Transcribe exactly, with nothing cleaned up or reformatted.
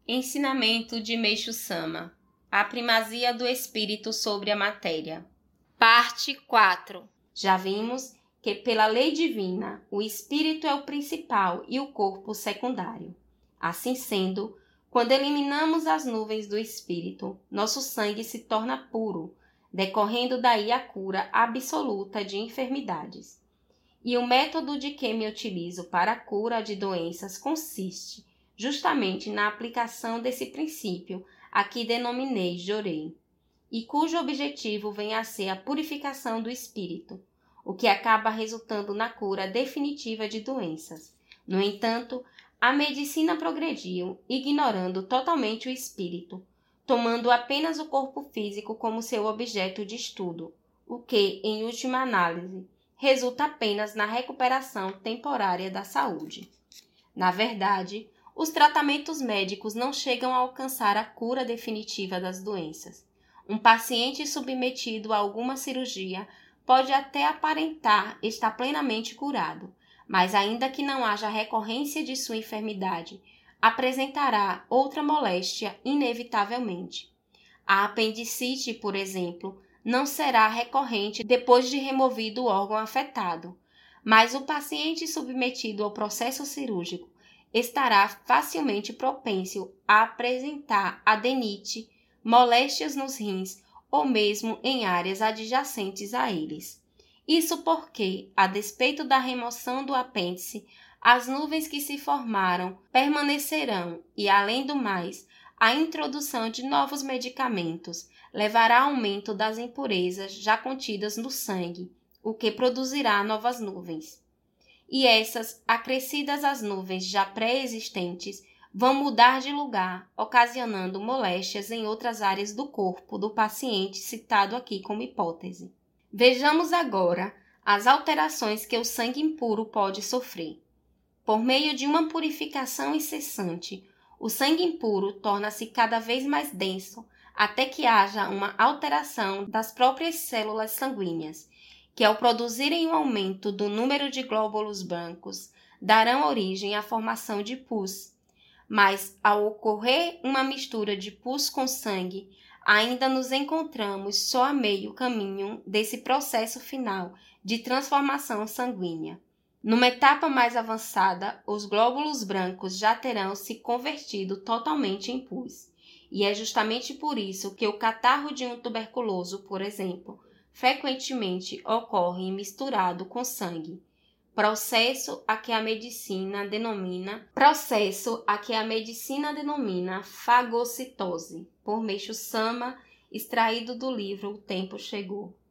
Ensinamento de Meixo Sama: A primazia do espírito sobre a matéria. Parte quatro. Já vimos que, pela lei divina, o espírito é o principal e o corpo secundário. Assim sendo, quando eliminamos as nuvens do espírito, nosso sangue se torna puro, decorrendo daí a cura absoluta de enfermidades. E o método de que me utilizo para a cura de doenças consiste justamente na aplicação desse princípio a que denominei Jorei, e cujo objetivo vem a ser a purificação do espírito, o que acaba resultando na cura definitiva de doenças. No entanto, a medicina progrediu, ignorando totalmente o espírito, tomando apenas o corpo físico como seu objeto de estudo, o que, em última análise, resulta apenas na recuperação temporária da saúde. Na verdade, os tratamentos médicos não chegam a alcançar a cura definitiva das doenças. Um paciente submetido a alguma cirurgia pode até aparentar estar plenamente curado, mas ainda que não haja recorrência de sua enfermidade, apresentará outra moléstia inevitavelmente. A apendicite, por exemplo, não será recorrente depois de removido o órgão afetado, mas o paciente submetido ao processo cirúrgico estará facilmente propenso a apresentar adenite, moléstias nos rins ou mesmo em áreas adjacentes a eles. Isso porque, a despeito da remoção do apêndice, as nuvens que se formaram permanecerão e, além do mais, a introdução de novos medicamentos levará ao aumento das impurezas já contidas no sangue, o que produzirá novas nuvens. E essas, acrescidas às nuvens já pré-existentes, vão mudar de lugar, ocasionando moléstias em outras áreas do corpo do paciente citado aqui como hipótese. Vejamos agora as alterações que o sangue impuro pode sofrer. Por meio de uma purificação incessante, o sangue impuro torna-se cada vez mais denso, até que haja uma alteração das próprias células sanguíneas, que ao produzirem um aumento do número de glóbulos brancos, darão origem à formação de pus. Mas, ao ocorrer uma mistura de pus com sangue, ainda nos encontramos só a meio caminho desse processo final de transformação sanguínea. Numa etapa mais avançada, os glóbulos brancos já terão se convertido totalmente em pus. E é justamente por isso que o catarro de um tuberculoso, por exemplo, frequentemente ocorre misturado com sangue, processo a que a medicina denomina processo a que a medicina denomina fagocitose, por Meixo Sama, extraído do livro O Tempo Chegou.